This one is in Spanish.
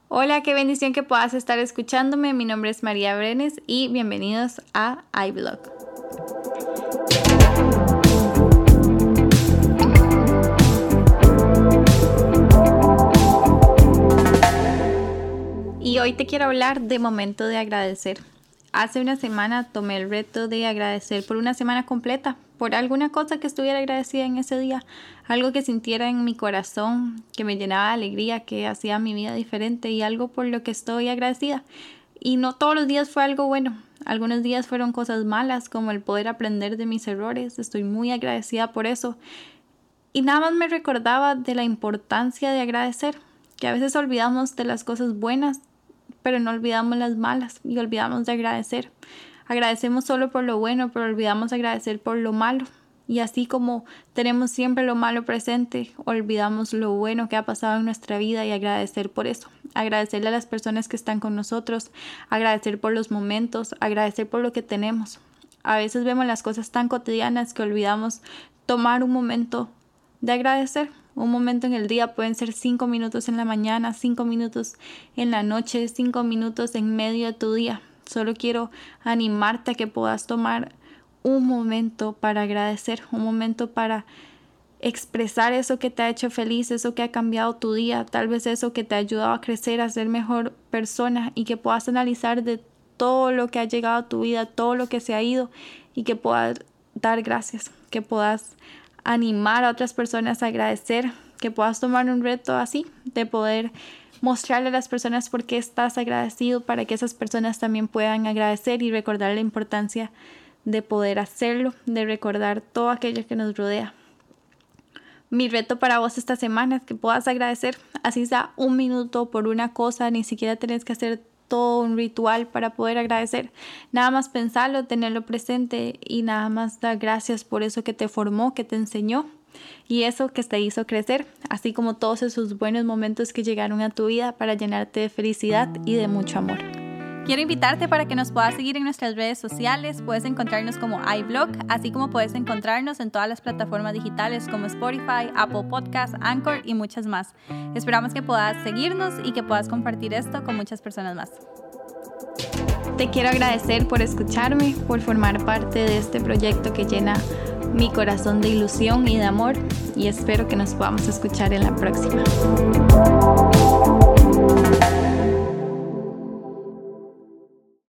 Hola, qué bendición que puedas estar escuchándome. Mi nombre es María Brenes y bienvenidos a iBlog. Y hoy te quiero hablar de momento de agradecer. Hace una semana tomé el reto de agradecer por una semana completa, por alguna cosa que estuviera agradecida en ese día, algo que sintiera en mi corazón, que me llenaba de alegría, que hacía mi vida diferente y algo por lo que estoy agradecida. Y no todos los días fue algo bueno, algunos días fueron cosas malas, como el poder aprender de mis errores, estoy muy agradecida por eso. Y nada más me recordaba de la importancia de agradecer, que a veces olvidamos de las cosas buenas, pero no olvidamos las malas y olvidamos de agradecer. Agradecemos solo por lo bueno, pero olvidamos agradecer por lo malo. Y así como tenemos siempre lo malo presente, olvidamos lo bueno que ha pasado en nuestra vida y agradecer por eso. Agradecerle a las personas que están con nosotros, agradecer por los momentos, agradecer por lo que tenemos. A veces vemos las cosas tan cotidianas que olvidamos tomar un momento de agradecer. Un momento en el día pueden ser 5 minutos en la mañana, 5 minutos en la noche, 5 minutos en medio de tu día. Solo quiero animarte a que puedas tomar un momento para agradecer, un momento para expresar eso que te ha hecho feliz, eso que ha cambiado tu día, tal vez eso que te ha ayudado a crecer, a ser mejor persona y que puedas analizar de todo lo que ha llegado a tu vida, todo lo que se ha ido y que puedas dar gracias, que puedas animar a otras personas a agradecer, que puedas tomar un reto así, de poder mostrarle a las personas por qué estás agradecido para que esas personas también puedan agradecer y recordar la importancia de poder hacerlo, de recordar todo aquello que nos rodea. Mi reto para vos esta semana es que puedas agradecer, así sea un minuto por una cosa, ni siquiera tenés que hacer todo un ritual para poder agradecer. Nada más pensarlo, tenerlo presente y nada más dar gracias por eso que te formó, que te enseñó y eso que te hizo crecer, así como todos esos buenos momentos que llegaron a tu vida para llenarte de felicidad y de mucho amor. Quiero invitarte para que nos puedas seguir en nuestras redes sociales. Puedes encontrarnos como iBlog, así como puedes encontrarnos en todas las plataformas digitales como Spotify, Apple Podcasts, Anchor y muchas más. Esperamos que puedas seguirnos y que puedas compartir esto con muchas personas más. Te quiero agradecer por escucharme, por formar parte de este proyecto que llena mi corazón de ilusión y de amor y espero que nos podamos escuchar en la próxima.